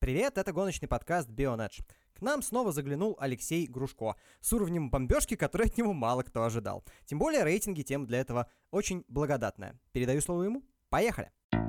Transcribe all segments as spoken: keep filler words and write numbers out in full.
Привет, это гоночный подкаст Bionedge. К нам снова заглянул Алексей Грушко с уровнем бомбежки, который от него мало кто ожидал. Тем более рейтинги тем для этого очень благодатная. Передаю слово ему. Поехали!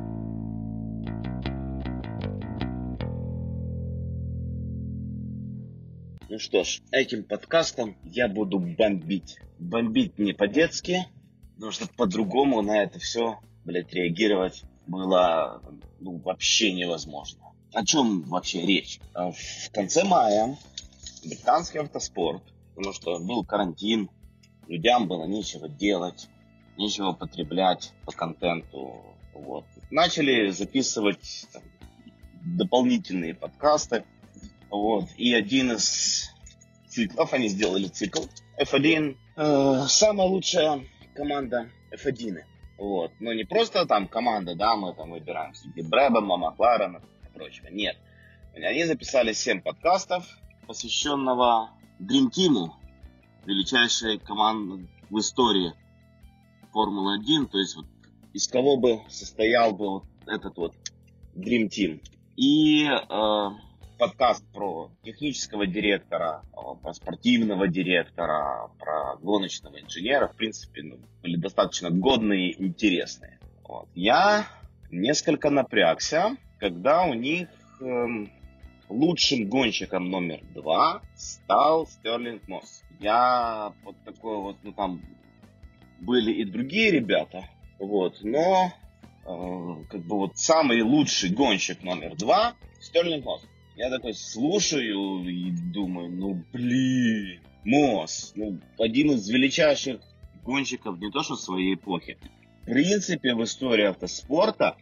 Ну что ж, этим подкастом я буду бомбить. Бомбить не по-детски, потому что по-другому на это все, блядь, реагировать было ну, вообще невозможно. О чем вообще речь? В конце мая британский автоспорт, потому что был карантин, людям было нечего делать, нечего потреблять по контенту. Вот. Начали записывать там, дополнительные подкасты. Вот. И один из циклов, они сделали цикл эф один. Э, самая лучшая команда эф один. Вот. Но не просто там команда, да, мы там выбираем среди Брэбэма, Макларена и прочего. Нет. Они записали семь подкастов, посвященного Dream Team, величайшей команде в истории Формулы один. То есть вот, из кого бы состоял бы вот этот вот Dream Team. И э, подкаст про технического директора, про спортивного директора, про гоночного инженера, в принципе, ну, были достаточно годные и интересные. Вот. Я несколько напрягся, когда у них эм, лучшим гонщиком номер два стал Стерлинг Мосс. Я вот такой вот, ну там были и другие ребята, вот, но э, как бы вот самый лучший гонщик номер два Стерлинг Мосс. Я такой слушаю и думаю, ну блин, Мосс, ну один из величайших гонщиков не то что своей эпохи. В принципе, в истории автоспорта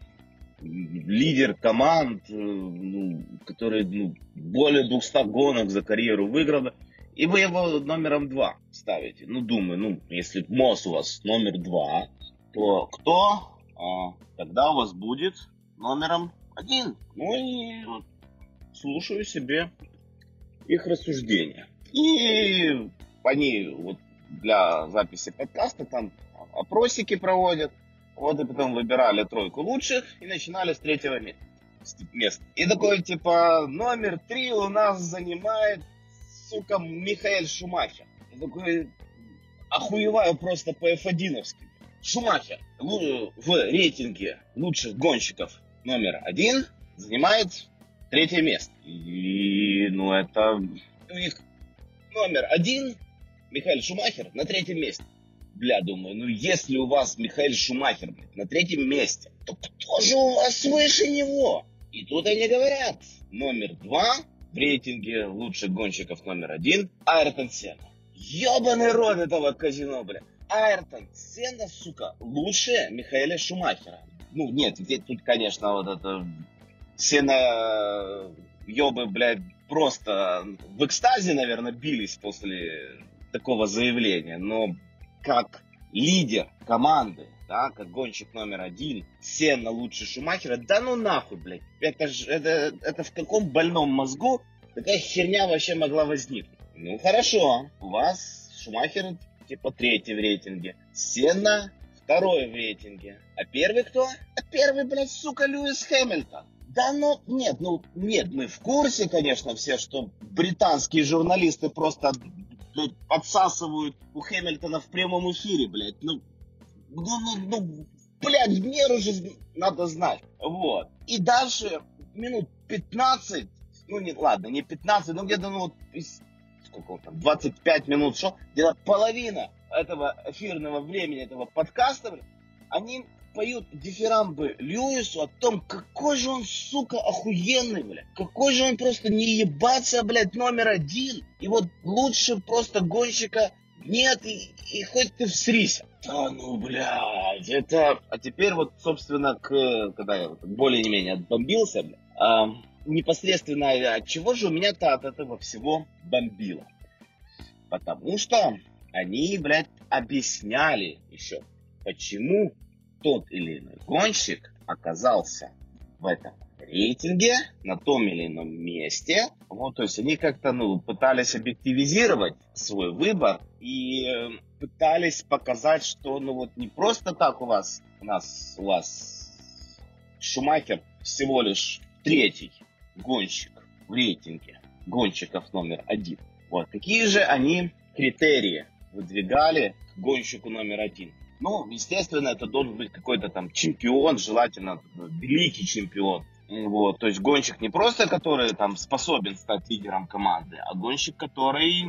лидер команд, ну, который ну, более двухсот гонок за карьеру выиграл, и вы его номером два ставите. Ну, думаю, ну, если Мосс у вас номер два, то кто а, тогда у вас будет номером один? Ну и вот слушаю себе их рассуждения. И они вот для записи подкаста там опросики проводят. Вот и потом выбирали тройку лучших и начинали с третьего места. И такой типа номер три у нас занимает, сука, Михаэль Шумахер. Я такой охуеваю просто по эф один-овски. Шумахер в рейтинге лучших гонщиков номер один занимает третье место. И, ну, это у них номер один Михаэль Шумахер на третьем месте. Бля, думаю, ну если у вас Михаэль Шумахер, блядь, на третьем месте, то кто же у вас выше него? И тут они говорят, номер два в рейтинге лучших гонщиков номер один Айртон Сенна. Ёбаный рот этого казино, бля. Айртон Сенна, сука, лучше Михаэля Шумахера. Ну нет, ведь тут, конечно, вот это Сенна ёбы, блядь, просто в экстазе, наверное, бились после такого заявления, но как лидер команды, да, как гонщик номер один, Сенна лучше Шумахера, да ну нахуй, блядь. Это, ж, это, это в каком больном мозгу такая херня вообще могла возникнуть? Ну хорошо, у вас Шумахер типа третий в рейтинге, Сенна второй в рейтинге. А первый кто? А первый, блядь, сука, Льюис Хэмилтон. Да ну, нет, ну, нет, мы в курсе, конечно, все, что британские журналисты просто блядь, подсасывают у Хэмилтона в прямом эфире, блядь. Ну, ну, ну, ну, блядь, в меру же надо знать. Вот. И дальше минут пятнадцать, ну, не, ладно, не пятнадцать, но где-то, ну, вот, сколько там, двадцать пять минут шел, где-то половина этого эфирного времени, этого подкаста, блядь, они поют дифирамбы Льюису о том, какой же он, сука, охуенный, блядь. Какой же он просто не ебаться, блядь, номер один. И вот лучше просто гонщика нет, и, и хоть ты всрися. Да ну, блядь, это... А теперь вот, собственно, к... когда я более-менее отбомбился, блядь, а, непосредственно от чего же у меня-то от этого всего бомбило? Потому что они, блядь, объясняли еще, почему тот или иной гонщик оказался в этом рейтинге, на том или ином месте. Вот, то есть они как-то, ну, пытались объективизировать свой выбор и э, пытались показать, что, ну, вот не просто так у вас, у нас, у вас Шумахер всего лишь третий гонщик в рейтинге гонщиков номер один. Вот. Какие же они критерии выдвигали к гонщику номер один? Ну, естественно, это должен быть какой-то там чемпион, желательно великий чемпион. Вот, то есть гонщик не просто, который там способен стать лидером команды, а гонщик, который,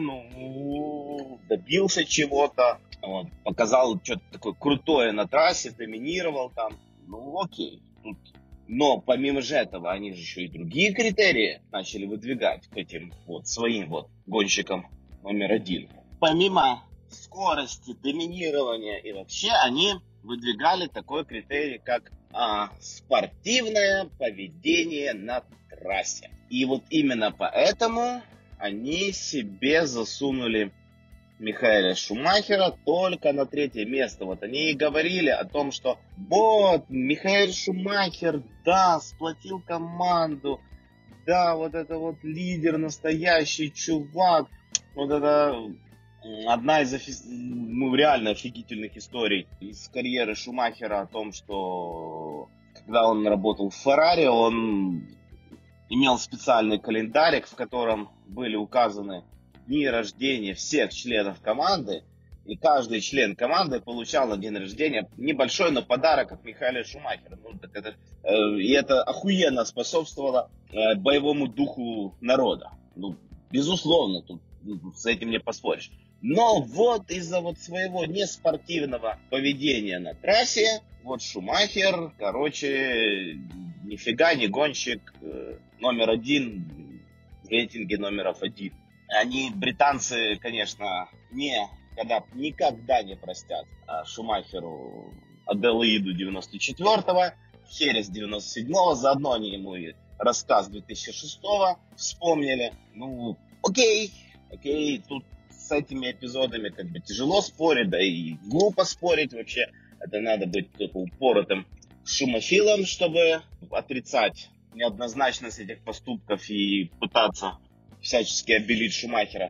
ну, добился чего-то, вот, показал что-то такое крутое на трассе, доминировал там. Ну, окей. Тут... Но помимо же этого, они же еще и другие критерии начали выдвигать к этим вот своим вот гонщикам номер один. Помимо скорости, доминирования и вообще, они выдвигали такой критерий, как а, спортивное поведение на трассе. И вот именно поэтому они себе засунули Михаэля Шумахера только на третье место. Вот они и говорили о том, что вот, Михаэль Шумахер, да, сплотил команду, да, вот это вот лидер, настоящий чувак, вот это одна из офи... ну, реально офигительных историй из карьеры Шумахера о том, что когда он работал в Феррари, он имел специальный календарик, в котором были указаны дни рождения всех членов команды, и каждый член команды получал на день рождения небольшой, но подарок от Михаэля Шумахера. Ну, так это, э, и это охуенно способствовало э, боевому духу народа. Ну, безусловно, тут ну, с этим не поспоришь. Но вот из-за вот своего неспортивного поведения на трассе, вот Шумахер, короче, нифига не гонщик э, номер один в рейтинге номеров один. Они, британцы, конечно, не, когда, никогда не простят Шумахеру Аделаиду девяносто четвёртого, Херес девяносто седьмого, заодно они ему и рассказ две тысячи шестого вспомнили. Ну, окей, окей, тут с этими эпизодами как бы тяжело спорить, да и глупо спорить вообще. Это надо быть только упоротым шумофилом, чтобы отрицать неоднозначность этих поступков и пытаться всячески обелить Шумахера.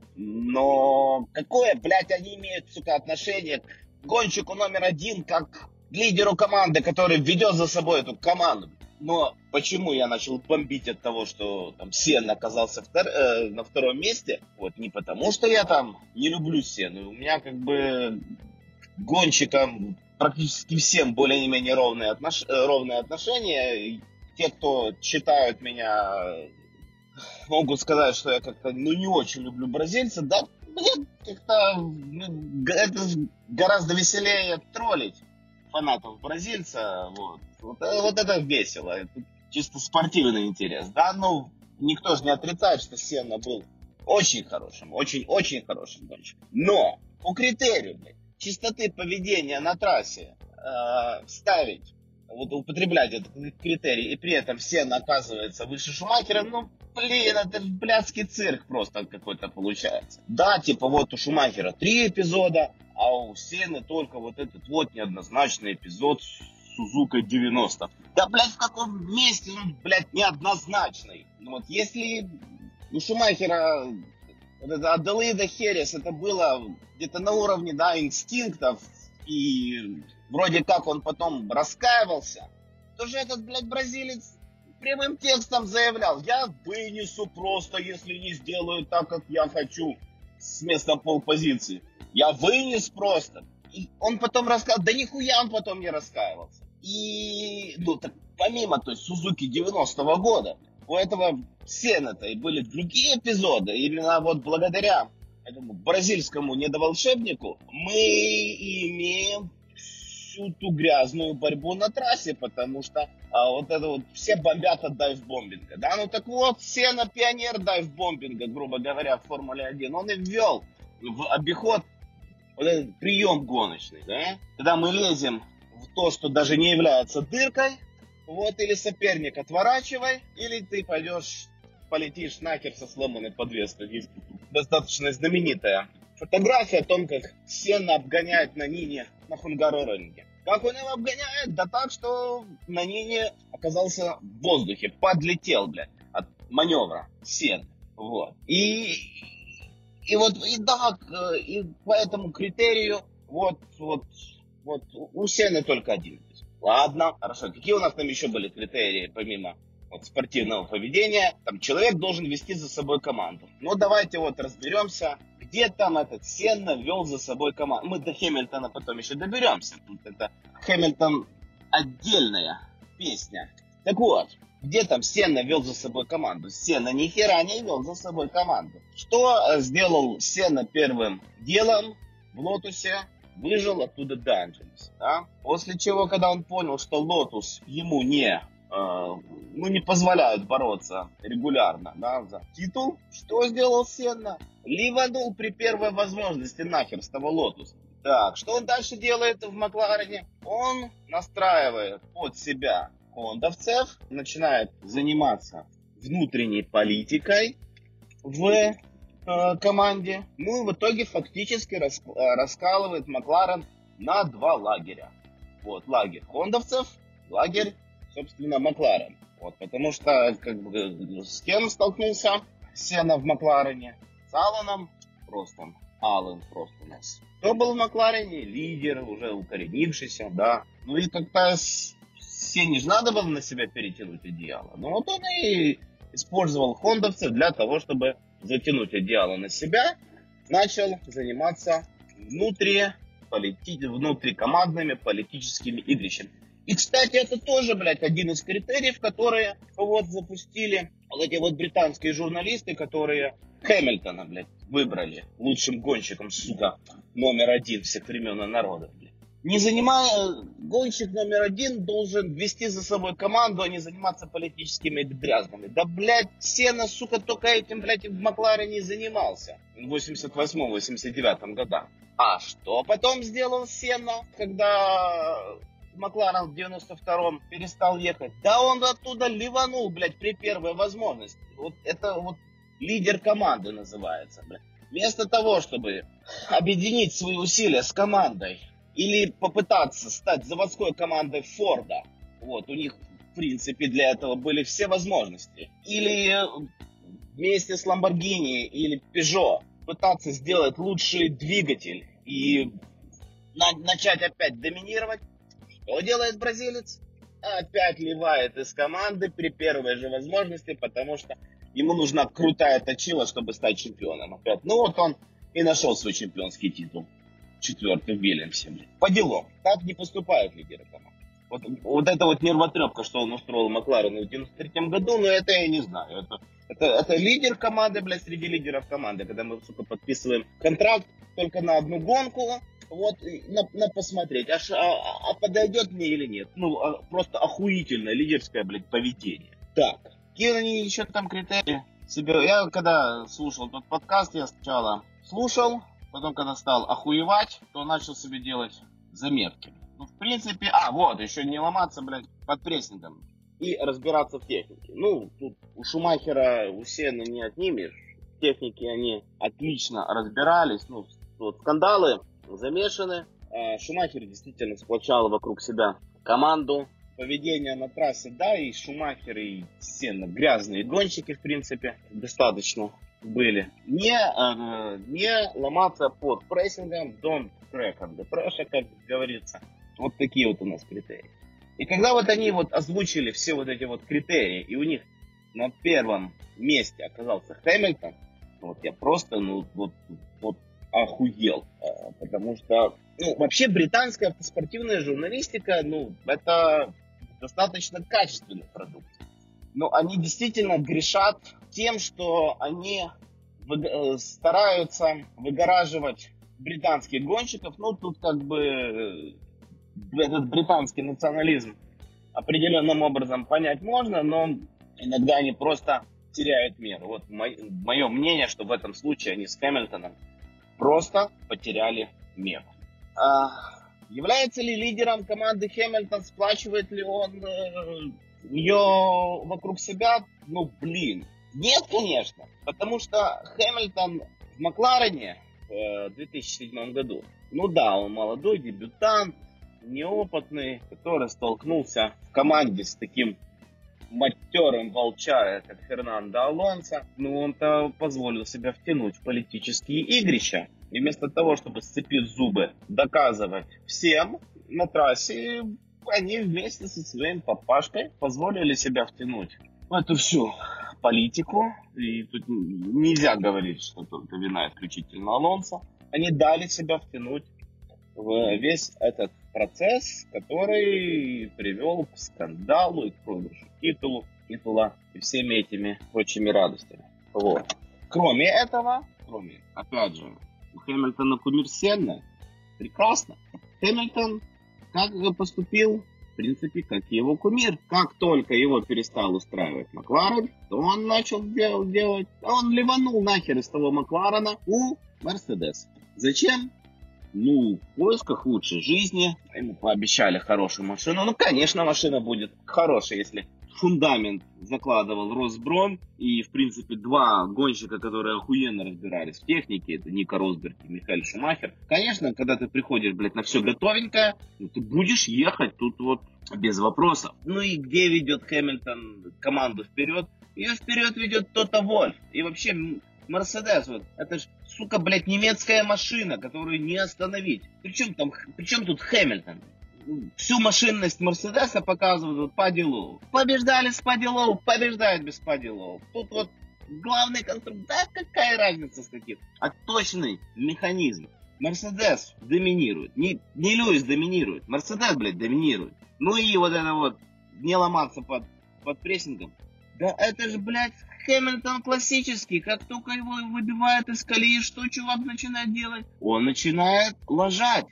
Но какое, блядь, они имеют, сука, отношение к гонщику номер один, как к лидеру команды, который ведет за собой эту команду? Но почему я начал бомбить от того, что там Сен оказался втор- э, на втором месте? Вот не потому, что я там не люблю Сену. У меня как бы к гонщикам практически всем более-менее ровные, отнош- э, ровные отношения. Те, кто читают меня, могут сказать, что я как-то ну, не очень люблю бразильцев. Да, мне как-то ну, это гораздо веселее троллить фанатов бразильца. Вот, вот, вот это весело. Это чисто спортивный интерес. Да, ну, никто же не отрицает, что Сенна был очень хорошим, очень-очень хорошим гонщиком. Но по критерию, блядь, чистоты поведения на трассе э, ставить, вот употреблять этот критерий, и при этом Сенна оказывается выше Шумахера, ну, блин, это же блядский цирк просто какой-то получается. Да, типа вот у Шумахера три эпизода, а у Сенны только вот этот вот неоднозначный эпизод с Сузукой девяносто. Да, блядь, в каком месте он, блядь, неоднозначный? Ну вот если у Шумахера вот это Аделаида Херес, это было где-то на уровне, да, инстинктов, и вроде как он потом раскаивался, то же этот, блядь, бразилец прямым текстом заявлял: я вынесу просто, если не сделаю так, как я хочу, с места полпозиции. Я вынес просто. И он потом рассказывал, да нихуя он потом не раскаивался. И, ну, так помимо, то есть, Сузуки девяностого года, у этого Сенна-то и были другие эпизоды. Именно вот благодаря этому бразильскому недоволшебнику мы имеем всю ту грязную борьбу на трассе, потому что а, вот это вот все бомбят от дайв-бомбинга, да, ну так вот, Сенна пионер дайв-бомбинга, грубо говоря, в Формуле один, он и ввел в обиход вот этот прием гоночный, да, когда мы лезем в то, что даже не является дыркой, вот, или соперник отворачивай, или ты пойдешь, полетишь нахер со сломанной подвеской. Есть достаточно знаменитая фотография о том, как Сенна обгоняет на Нине на Хунгароронге. Как он его обгоняет? Да так, что на Нине оказался в воздухе, подлетел, блядь, от маневра Сенны. Вот. И, и вот, и да, и по этому критерию, вот, вот, вот, у Сенны только один. Ладно, хорошо. Какие у нас там еще были критерии, помимо вот, спортивного поведения, там человек должен вести за собой команду. Ну, давайте вот разберемся, где там этот Сенна вел за собой команду. Мы до Хэмилтона потом еще доберемся. Тут это Хэмилтон отдельная песня. Так вот, где там Сенна вел за собой команду? Сенна ни хера не вел за собой команду. Что сделал Сенна первым делом в Лотусе? Выжил оттуда до Анджелеса. Да? После чего, когда он понял, что Лотус ему не... ну, не позволяют бороться регулярно, да, за титул. Что сделал Сенна? Ливанул при первой возможности нахер с того Лотуса. Так, что он дальше делает в Макларене? Он настраивает под себя хондовцев, начинает заниматься внутренней политикой в э, команде. Ну и в итоге фактически рас, раскалывает Макларен на два лагеря. Вот, лагерь хондовцев, лагерь, собственно, Макларен. Вот, потому что, как бы, с кем столкнулся Сенна в Макларене? С Алланом Простом. Аллен Прост у нас. Кто был в Макларене? Лидер, уже укоренившийся, да. Ну и как-то Сенне же надо было на себя перетянуть одеяло. Ну вот он и использовал хондовцев для того, чтобы затянуть одеяло на себя. Начал заниматься внутри, полити... внутрикомандными политическими игрищами. И, кстати, это тоже, блядь, один из критериев, которые вот запустили вот эти вот британские журналисты, которые Хэмилтона, блядь, выбрали лучшим гонщиком, сука, номер один всех времен и народов, блядь. Не занимая, гонщик номер один должен вести за собой команду, а не заниматься политическими дрязгами. Да, блядь, Сенна, сука, только этим, блядь, в Макларене занимался в восемьдесят восьмом — восемьдесят девятом годах. А что потом сделал Сенна, когда... Макларен в девяносто втором перестал ехать? Да он оттуда ливанул, блядь, при первой возможности. Вот это вот лидер команды называется, блядь. Вместо того, чтобы объединить свои усилия с командой или попытаться стать заводской командой Форда, вот, у них, в принципе, для этого были все возможности, или вместе с Ламборгини или Пежо пытаться сделать лучший двигатель и на- начать опять доминировать, что делает бразилец? Опять ливает из команды при первой же возможности, потому что ему нужна крутая точила, чтобы стать чемпионом. Опять. Ну вот он и нашел свой чемпионский титул. Четвертый в Вильямсе. По делам. Так не поступают лидеры команд. Вот, вот это вот нервотрепка, что он устроил Макларену в девяносто третьем году, но это я не знаю. Это, это, это лидер команды, блядь, среди лидеров команды. Когда мы, сука, подписываем контракт только на одну гонку, вот, на, на посмотреть, а, а, а подойдет мне или нет. Ну, а, просто охуительное лидерское, блядь, поведение. Так, какие они еще там критерии себе? Я когда слушал тот подкаст, я сначала слушал, потом когда стал охуевать, то начал себе делать заметки. Ну, в принципе, а, вот, еще не ломаться, блядь, под прессингом и разбираться в технике. Ну, тут у Шумахера, у Сенны не отнимешь. В технике они отлично разбирались. Ну, вот скандалы замешаны. Шумахер действительно сплочал вокруг себя команду. Поведение на трассе, да, и Шумахер, и Сенна грязные гонщики, в принципе, достаточно были. Не, э, не ломаться под прессингом, don't crack under pressure, как говорится. Вот такие вот у нас критерии. И когда вот они вот озвучили все вот эти вот критерии, и у них на первом месте оказался Хэмилтон, вот я просто, ну, вот, вот охуел. Потому что, ну, вообще британская автоспортивная журналистика, ну, это достаточно качественный продукт. Но они действительно грешат тем, что они вы, стараются выгораживать британских гонщиков. Ну, тут как бы этот британский национализм определенным образом понять можно, но иногда они просто теряют меру. Вот мое мнение, что в этом случае они с Хэмилтоном просто потеряли меру. А, является ли лидером команды Хэмилтон, сплачивает ли он э, ее вокруг себя? Ну, блин. Нет, конечно. Потому что Хэмилтон в Макларене э, в две тысячи седьмом году, ну да, он молодой дебютант, неопытный, который столкнулся в команде с таким матерым волчарой, как Фернандо Алонсо. Ну, он-то позволил себя втянуть в политические игрища. И вместо того, чтобы сцепить зубы, доказывать всем на трассе, они вместе со своим папашкой позволили себя втянуть в эту всю политику. И тут нельзя говорить, что только вина исключительно Алонсо. Они дали себя втянуть в весь этот процесс, который привел к скандалу и к проигрышу титулу, титула и всеми этими прочими радостями. Вот. Кроме этого, кроме, опять же, у Хэмилтона кумир Сенна, прекрасно. Хэмилтон как поступил, в принципе, как его кумир. Как только его перестал устраивать Макларен, то он начал делать, делать он ливанул нахер из того Макларена у Мерседес. Зачем? Ну, в поисках лучшей жизни. Ему пообещали хорошую машину. Ну, конечно, машина будет хорошая, если фундамент закладывал Росброн. И, в принципе, два гонщика, которые охуенно разбирались в технике, это Ника Росберг и Михаэль Шумахер. Конечно, когда ты приходишь, блядь, на все готовенькое, ну, ты будешь ехать тут вот без вопросов. Ну и где ведет Хэмилтон команду вперед? Ее вперед ведет Тото Вольф. И вообще... Мерседес, вот, это ж, сука, блядь, немецкая машина, которую не остановить. Причем там, причем тут Хэмилтон? Всю машинность Мерседеса показывают вот Падди Лоу. Побеждали с Падди Лоу, побеждают без Падди Лоу. Тут вот главный конструктор, да какая разница с каким? А точный механизм. Мерседес доминирует, не, не Льюис доминирует, Мерседес, блядь, доминирует. Ну и вот это вот, не ломаться под, под прессингом. Да это же, блядь, Хэмилтон классический. Как только его выбивают из колеи, что чувак начинает делать? Он начинает лажать.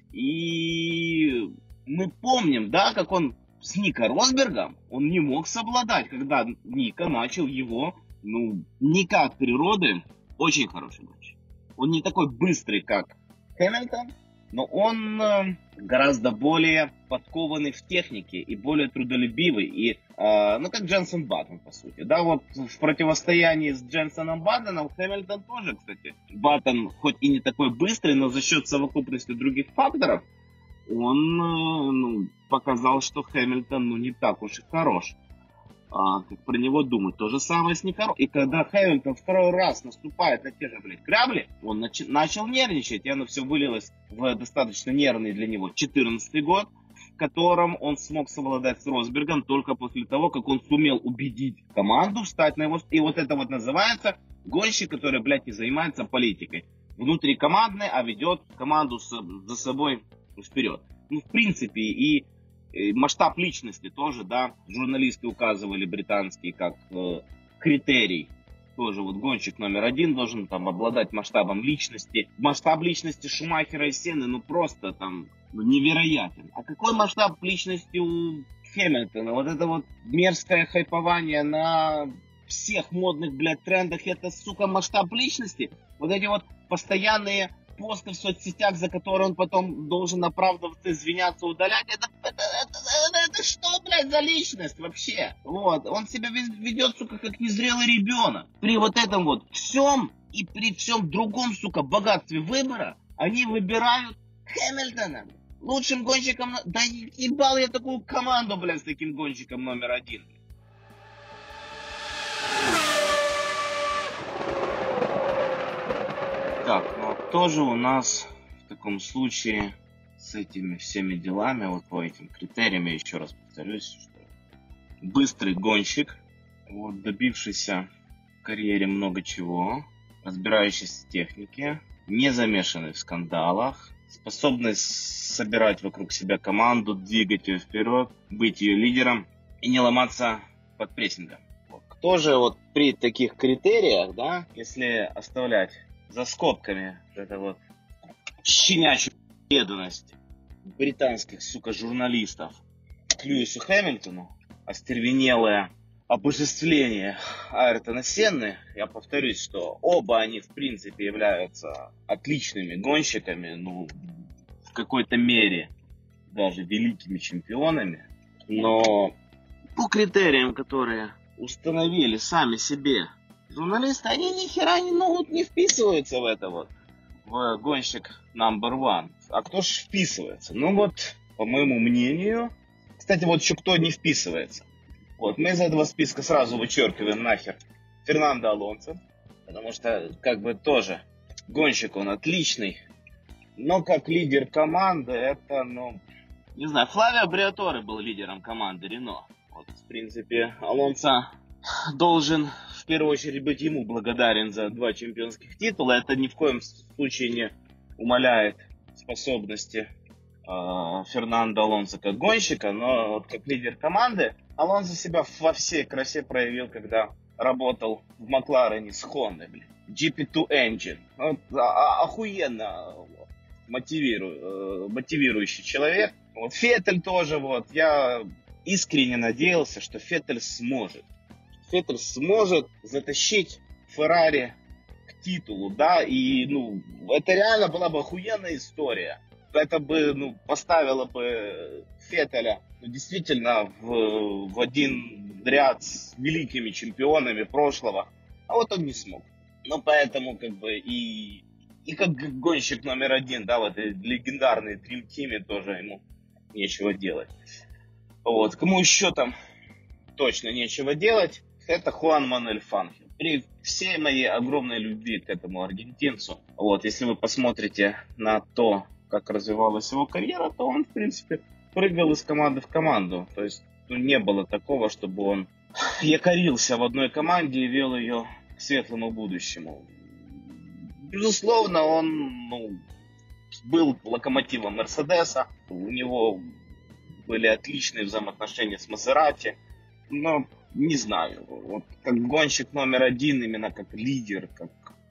И мы помним, да, как он с Нико Росбергом, он не мог совладать, когда Ника начал его, ну, не как природы, очень хороший гонщик. Он не такой быстрый, как Хэмилтон, но он э, гораздо более подкованный в технике и более трудолюбивый, и, э, ну, как Дженсон Баттон, по сути. Да, вот в противостоянии с Дженсоном Баттоном Хэмилтон тоже, кстати. Баттон хоть и не такой быстрый, но за счет совокупности других факторов он э, ну, показал, что Хэмилтон ну, не так уж и хорош, а, как про него думают. То же самое с Нико. И когда Хэмилтон второй раз наступает на те же, блядь, грабли, он нач- начал нервничать, и оно все вылилось в достаточно нервный для него четырнадцатый год, в котором он смог совладать с Росбергом только после того, как он сумел убедить команду встать на его... И вот это вот называется гонщик, который, блядь, не занимается политикой. Внутрикомандный, а ведет команду с... за собой вперед. Ну, в принципе, и... И масштаб личности тоже, да, журналисты указывали британские как э, критерий. Тоже вот гонщик номер один должен там обладать масштабом личности. Масштаб личности Шумахера и Сенны, ну просто там ну, невероятен. А какой масштаб личности у Хэмилтона? Вот это вот мерзкое хайпование на всех модных, блядь, трендах, это, сука, масштаб личности. Вот эти вот постоянные посты в соцсетях, за которые он потом должен оправдываться, извиняться, удалять, это, это, это, это, это что, блядь, за личность вообще? Вот, он себя ведет, сука, как незрелый ребенок. При вот этом вот всем и при всем другом, сука, богатстве выбора, они выбирают Хэмилтона лучшим гонщиком. Да ебал я такую команду, блядь, с таким гонщиком номер один. Так, ну а кто же у нас в таком случае с этими всеми делами, вот по этим критериям, я еще раз повторюсь, что быстрый гонщик, вот, добившийся в карьере много чего, разбирающийся в технике, не замешанный в скандалах, способный собирать вокруг себя команду, двигать ее вперед, быть ее лидером и не ломаться под прессингом. Вот. Кто же вот при таких критериях, да, если оставлять за скобками это вот щенячью преданность британских, сука, журналистов к Льюису Хэмилтону, остервенелое обожествление Айртона Сенны, я повторюсь, что оба они в принципе являются отличными гонщиками, ну, в какой-то мере даже великими чемпионами, но по критериям, которые установили сами себе журналисты, они ни хера не, ну, не вписываются в это вот, в гонщик номер один. А кто ж вписывается? Ну вот, по моему мнению, кстати, вот еще кто не вписывается. Вот, мы из этого списка сразу вычеркиваем нахер Фернандо Алонсо, потому что, как бы, тоже гонщик он отличный, но как лидер команды, это, ну, не знаю, Флавио Бриаторе был лидером команды Рено. Вот, в принципе, Алонсо должен в первую очередь быть ему благодарен за два чемпионских титула. Это ни в коем случае не умаляет способности э, Фернандо Алонсо как гонщика, но вот как лидер команды Алонсо себя во всей красе проявил, когда работал в Макларене с Хондой, блин. джи пи два Engine. Вот, а, охуенно мотивирую, мотивирующий человек. Вот Феттель тоже, вот, я искренне надеялся, что Феттель сможет. Феттель сможет затащить Феррари к титулу, да, и, ну, это реально была бы охуенная история. Это бы, ну, поставило бы Феттеля, ну, действительно в, в один ряд с великими чемпионами прошлого, а вот он не смог. Ну, поэтому, как бы, и, и как гонщик номер один, да, в этой легендарной Dream Team тоже ему нечего делать. Вот, кому еще там точно нечего делать, это Хуан Мануэль Фангио. При всей моей огромной любви к этому аргентинцу, вот, если вы посмотрите на то, как развивалась его карьера, то он, в принципе, прыгал из команды в команду. То есть, ну, не было такого, чтобы он якорился в одной команде и вел ее к светлому будущему. Безусловно, он, ну, был локомотивом Мерседеса, у него были отличные взаимоотношения с Мазерати, но не знаю, вот как гонщик номер один, именно как лидер, как,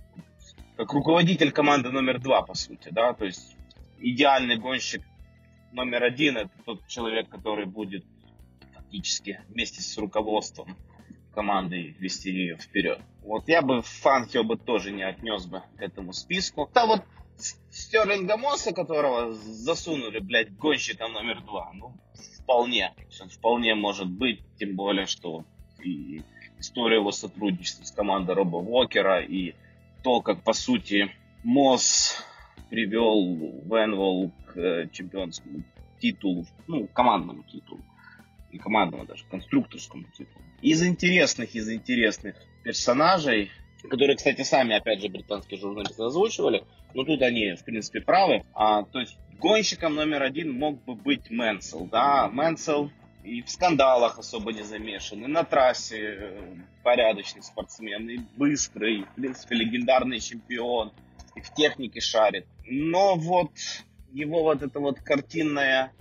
как руководитель команды номер два, по сути, да, то есть идеальный гонщик номер один — это тот человек, который будет фактически вместе с руководством команды вести ее вперед. Вот я бы Фангио бы тоже не отнес бы к этому списку. Да вот Стерлинга Мосса, которого засунули, блядь, гонщиком номер два, ну, вполне. Он вполне может быть, тем более, что и история его сотрудничества с командой Роба Уокера, и то, как, по сути, Мосс привел Венвол к чемпионскому титулу, ну, командному титулу, не командному даже, конструкторскому титулу. Из интересных, из интересных персонажей, которые, кстати, сами, опять же, британские журналисты озвучивали, но тут они, в принципе, правы. А, то есть гонщиком номер один мог бы быть Мэнсел, да, Мэнсел и в скандалах особо не замешан, и на трассе порядочный спортсмен, и быстрый, в принципе, легендарный чемпион, и в технике шарит. Но вот его вот эта вот картинная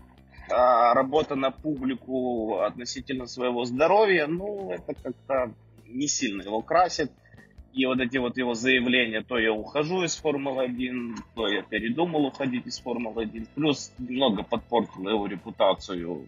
а, работа на публику относительно своего здоровья, ну, это как-то не сильно его красит. И вот эти вот его заявления, то я ухожу из Формулы один, то я передумал уходить из Формулы один. Плюс немного подпортил его репутацию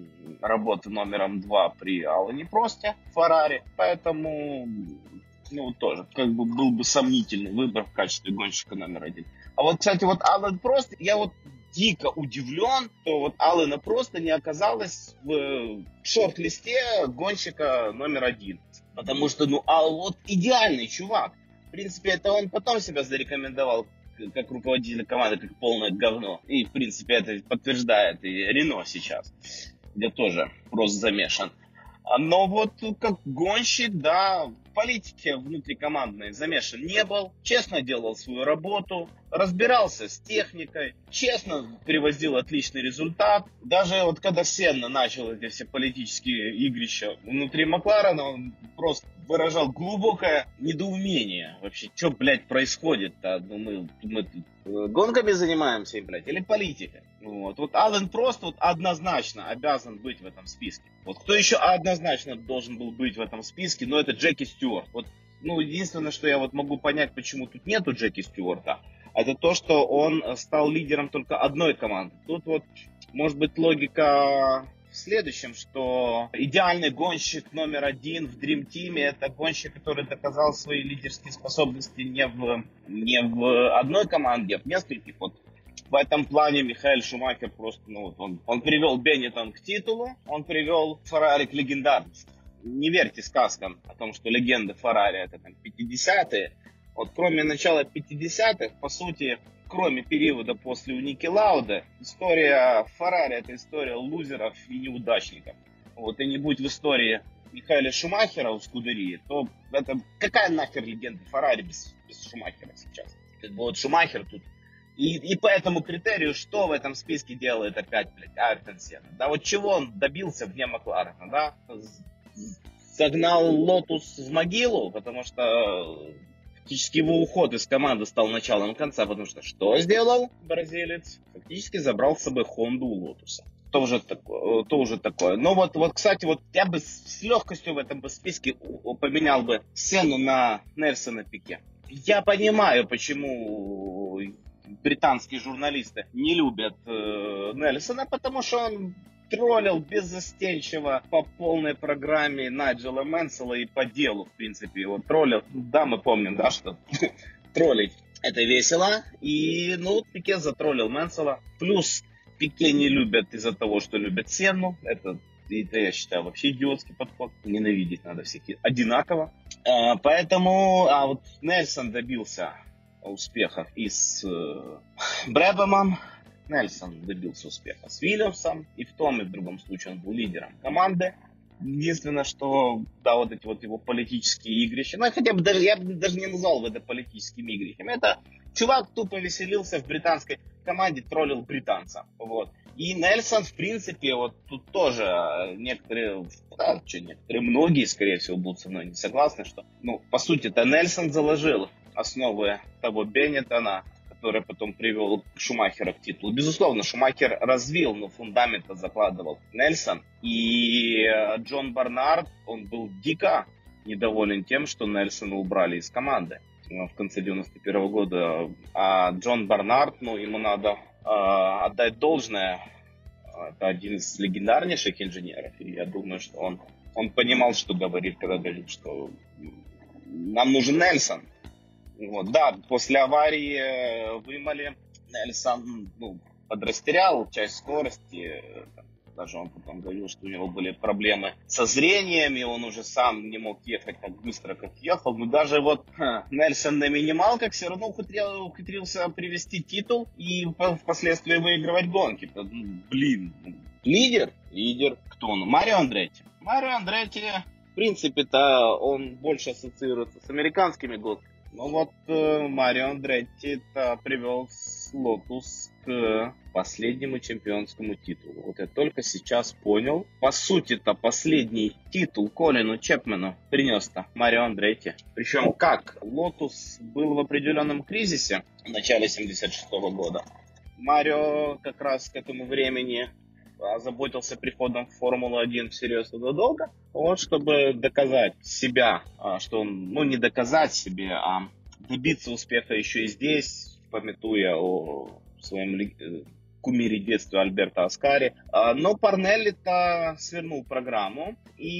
работы номером два при Алане Просте в Феррари. Поэтому, ну, тоже, как бы был бы сомнительный выбор в качестве гонщика номер один. А вот, кстати, вот Алан Прост, я вот дико удивлен, что вот Алана Проста не оказалось в шорт-листе гонщика номер один. Потому что, ну, а вот идеальный чувак. В принципе, это он потом себя зарекомендовал как руководитель команды, как полное говно. И, в принципе, это подтверждает и Рено сейчас, где тоже просто замешан. Но вот как гонщик, да, в политике внутрикомандной замешан не был. Честно делал свою работу, разбирался с техникой, честно привозил отличный результат. Даже вот когда Сенна начал эти все политические игрища внутри Макларена, он просто выражал глубокое недоумение. Вообще, что, блядь, происходит-то? Ну, мы, мы тут гонками занимаемся, блядь, или политикой? Вот, вот Алан просто вот однозначно обязан быть в этом списке. Вот кто еще однозначно должен был быть в этом списке, но это Джеки Стюарт. Вот, ну, единственное, что я вот могу понять, почему тут нету Джеки Стюарта, это то, что он стал лидером только одной команды. Тут вот может быть логика в следующем, что идеальный гонщик номер один в Dream Team — это гонщик, который доказал свои лидерские способности не в, не в одной команде, а в нескольких. Вот в этом плане Михаэль Шумахер просто, ну, вот он, он привел Беннеттон к титулу, он привел Феррари к легендарности. Не верьте сказкам о том, что легенды Феррари — это там пятидесятые. Вот кроме начала пятидесятых, по сути, кроме периода после Ники Лауда, история Феррари — это история лузеров и неудачников. Вот, и не будь в истории Михаэля Шумахера у Скудерии, то это какая нахер легенда Феррари без, без Шумахера сейчас? Как бы вот Шумахер тут. И, и по этому критерию, что в этом списке делает опять, блядь, Айртон Сенна? Да вот чего он добился вне Макларена, да? загнал Лотус в могилу, потому что фактически его уход из команды стал началом конца, потому что что сделал бразилец? Фактически забрал с собой Хонду у Лотуса. Тоже такое, тоже такое. Но вот, вот, кстати, вот я бы с легкостью в этом бы списке поменял бы Сенну на Нельсона Пике. Я понимаю, почему британские журналисты не любят э, Нельсона, потому что он троллил беззастенчиво по полной программе Найджела Мэнсела и по делу, в принципе, его троллил. Да, мы помним, да, что троллить это весело. И, ну, Пике затроллил Мэнсела. Плюс Пике не любят из-за того, что любят Сенну. Это, это, я считаю, вообще идиотский подход. Ненавидеть надо всех одинаково. А, поэтому, а вот Нельсон добился успехов и с э, Брэбэмом. Нельсон добился успеха с Вильямсом, и в том и в другом случае он был лидером команды. Единственное, что, да, вот эти вот его политические игрища, ну, хотя бы даже, я бы даже не назвал это политическими игрищами, это чувак тупо веселился в британской команде, троллил британца, вот. И Нельсон, в принципе, вот тут тоже некоторые, да, что, некоторые, многие, скорее всего, будут со мной не согласны, что, ну, по сути-то Нельсон заложил основы того Беннеттона, который потом привел Шумахера к титулу. Безусловно, Шумахер развил, но фундамент закладывал Нельсон. И Джон Барнард, он был дико недоволен тем, что Нельсона убрали из команды в конце девяносто первого года. А Джон Барнард, ну, ему надо э, отдать должное. Это один из легендарнейших инженеров. И я думаю, что он, он понимал, что говорит, когда говорит, что нам нужен Нельсон. Вот, да, после аварии в Имоле Нельсон, ну, подрастерял часть скорости. Даже он потом говорил, что у него были проблемы со зрением, и он уже сам не мог ехать так быстро, как ехал. Но даже вот ха, Нельсон на минималках все равно ухитрил, ухитрился привести титул и впоследствии выигрывать гонки. Блин, лидер? Лидер. Кто он? Марио Андретти. Марио Андретти, в принципе-то, он больше ассоциируется с американскими гонками. Но вот э, Марио Андретти привел Лотус к последнему чемпионскому титулу. Вот я только сейчас понял. По сути-то последний титул Колину Чепмену принес-то Марио Андретти. Причем как? Лотус был в определенном кризисе в начале семьдесят шестого года. Марио как раз к этому времени озаботился приходом в Формулу один всерьез и надолго, вот, чтобы доказать себя, что он, ну, не доказать себе, а добиться успеха еще и здесь, памятуя о своем кумире детства Альберто Аскари. Но Парнелли-то свернул программу,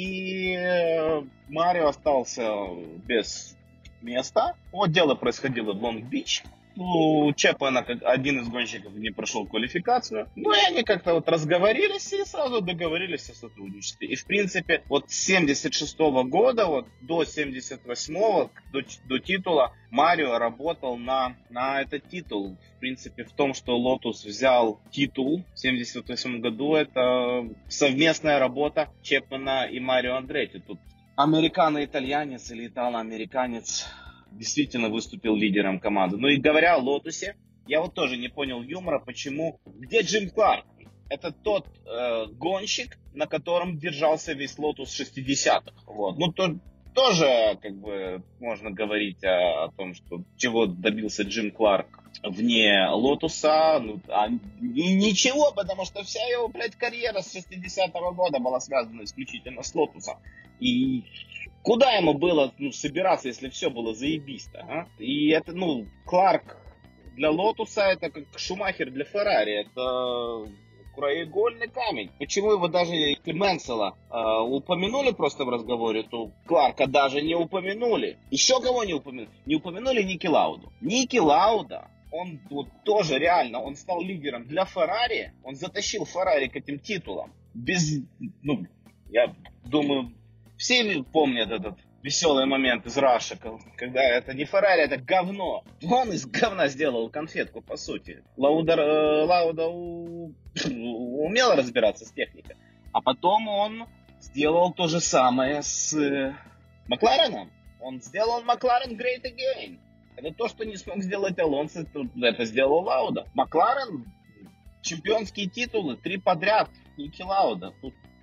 и Марио остался без места. Вот дело происходило в Лонг-Бич. У Чепмена один из гонщиков не прошел квалификацию. Ну и они как-то вот разговорились и сразу договорились о сотрудничестве. И в принципе вот с семьдесят шестого года вот до семьдесят восьмого, до, до титула, Марио работал на, на этот титул. В принципе, в том, что Лотус взял титул в семьдесят восьмом году, это совместная работа Чепмена и Марио Андретти. Тут американо-итальянец или итало-американец действительно выступил лидером команды. Ну и говоря о Лотусе, я вот тоже не понял юмора, почему... Где Джим Кларк? Это тот э, гонщик, на котором держался весь Лотус шестидесятых. Вот. Ну, то, тоже, как бы, можно говорить о, о том, что чего добился Джим Кларк вне Лотуса. Ну, а, и ничего, потому что вся его, блядь, карьера с шестидесятого года была связана исключительно с Лотусом. И куда ему было, ну, собираться, если все было заебись-то, а? И это, ну, Кларк для Лотуса, это как Шумахер для Феррари, это краеугольный камень. Почему его даже Мэнсела э, упомянули просто в разговоре, то Кларка даже не упомянули. Еще кого не упомянули? Не упомянули Ники Лауду. Ники Лауда, он вот тоже реально, он стал лидером для Феррари, он затащил Феррари к этим титулам. Без, ну, я думаю, все помнят этот веселый момент из Раша, когда это не Феррари, это говно. Он из говна сделал конфетку, по сути. Лауда, Лауда у, умел разбираться с техникой. А потом он сделал то же самое с Маклареном. Он сделал Макларен Great Again. Это то, что не смог сделать Алонсо, это сделал Лауда. Макларен, чемпионские титулы, три подряд, Ники Лауда. Тут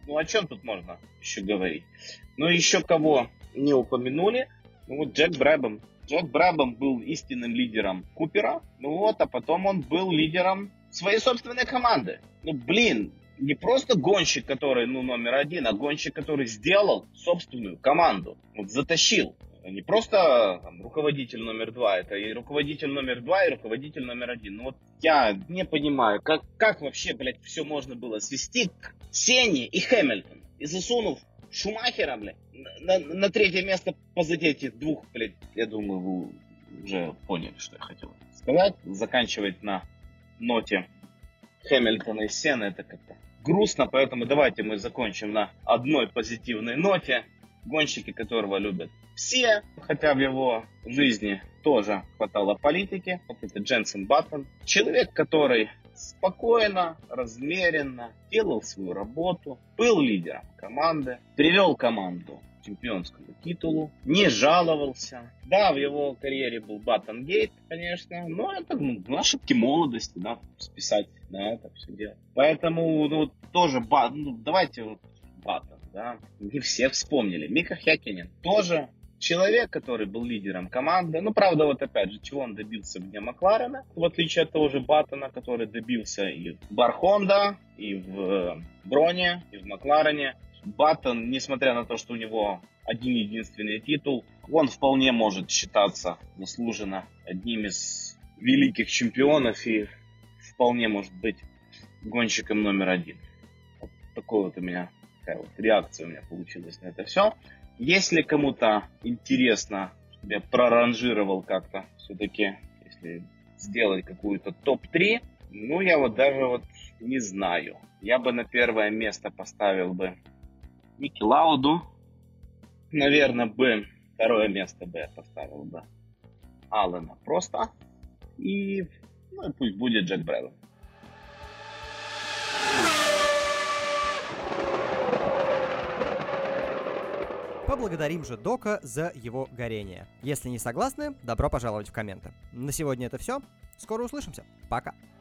Ну, о чем тут можно еще говорить? Ну, еще кого не упомянули, ну, вот Джек Брабham. Джек Брабham был истинным лидером Купера, ну вот, а потом он был лидером своей собственной команды. Ну, блин, не просто гонщик, который, ну, номер один, а гонщик, который сделал собственную команду, вот, затащил. Не просто там, руководитель номер два, это и руководитель номер два, и руководитель номер один. Ну вот я не понимаю, как, как вообще, блядь, все можно было свести к Сенне и Хэмилтону. И засунув Шумахера, блядь, на, на, на третье место позади этих двух, блядь, я думаю, вы уже поняли, что я хотел сказать. Заканчивать на ноте Хэмилтона и Сенны это как-то грустно, поэтому давайте мы закончим на одной позитивной ноте. Гонщики, которого любят все, хотя в его жизни тоже хватало политики. Вот это Дженсен Баттон. Человек, который спокойно, размеренно делал свою работу, был лидером команды, привел команду к чемпионскому титулу, не жаловался. Да, в его карьере был Баттон-гейт, конечно, но это ну, ошибки молодости, да, списать на это все дело. Поэтому ну, тоже, ну, давайте вот Баттон. Да, не все вспомнили. Мика Хäkkinen тоже человек, который был лидером команды. Ну, правда, вот опять же, чего он добился вне Макларена, в отличие от того же Баттона, который добился и в Бар-Хонда, и в Броне, и в Макларене. Баттон, несмотря на то, что у него один единственный титул, он вполне может считаться заслуженно одним из великих чемпионов и вполне может быть гонщиком номер один. Вот такой вот у меня такая вот реакция у меня получилась на это все. Если кому-то интересно, чтобы я проранжировал как-то все-таки, если сделать какую-то топ три, ну я вот даже вот не знаю. Я бы на первое место поставил бы Ники Лауду. Наверное, бы второе место бы я поставил бы Аллена просто. И ну, пусть будет Джек Брабham. Поблагодарим же Дока за его горение. Если не согласны, добро пожаловать в комменты. На сегодня это все. Скоро услышимся. Пока.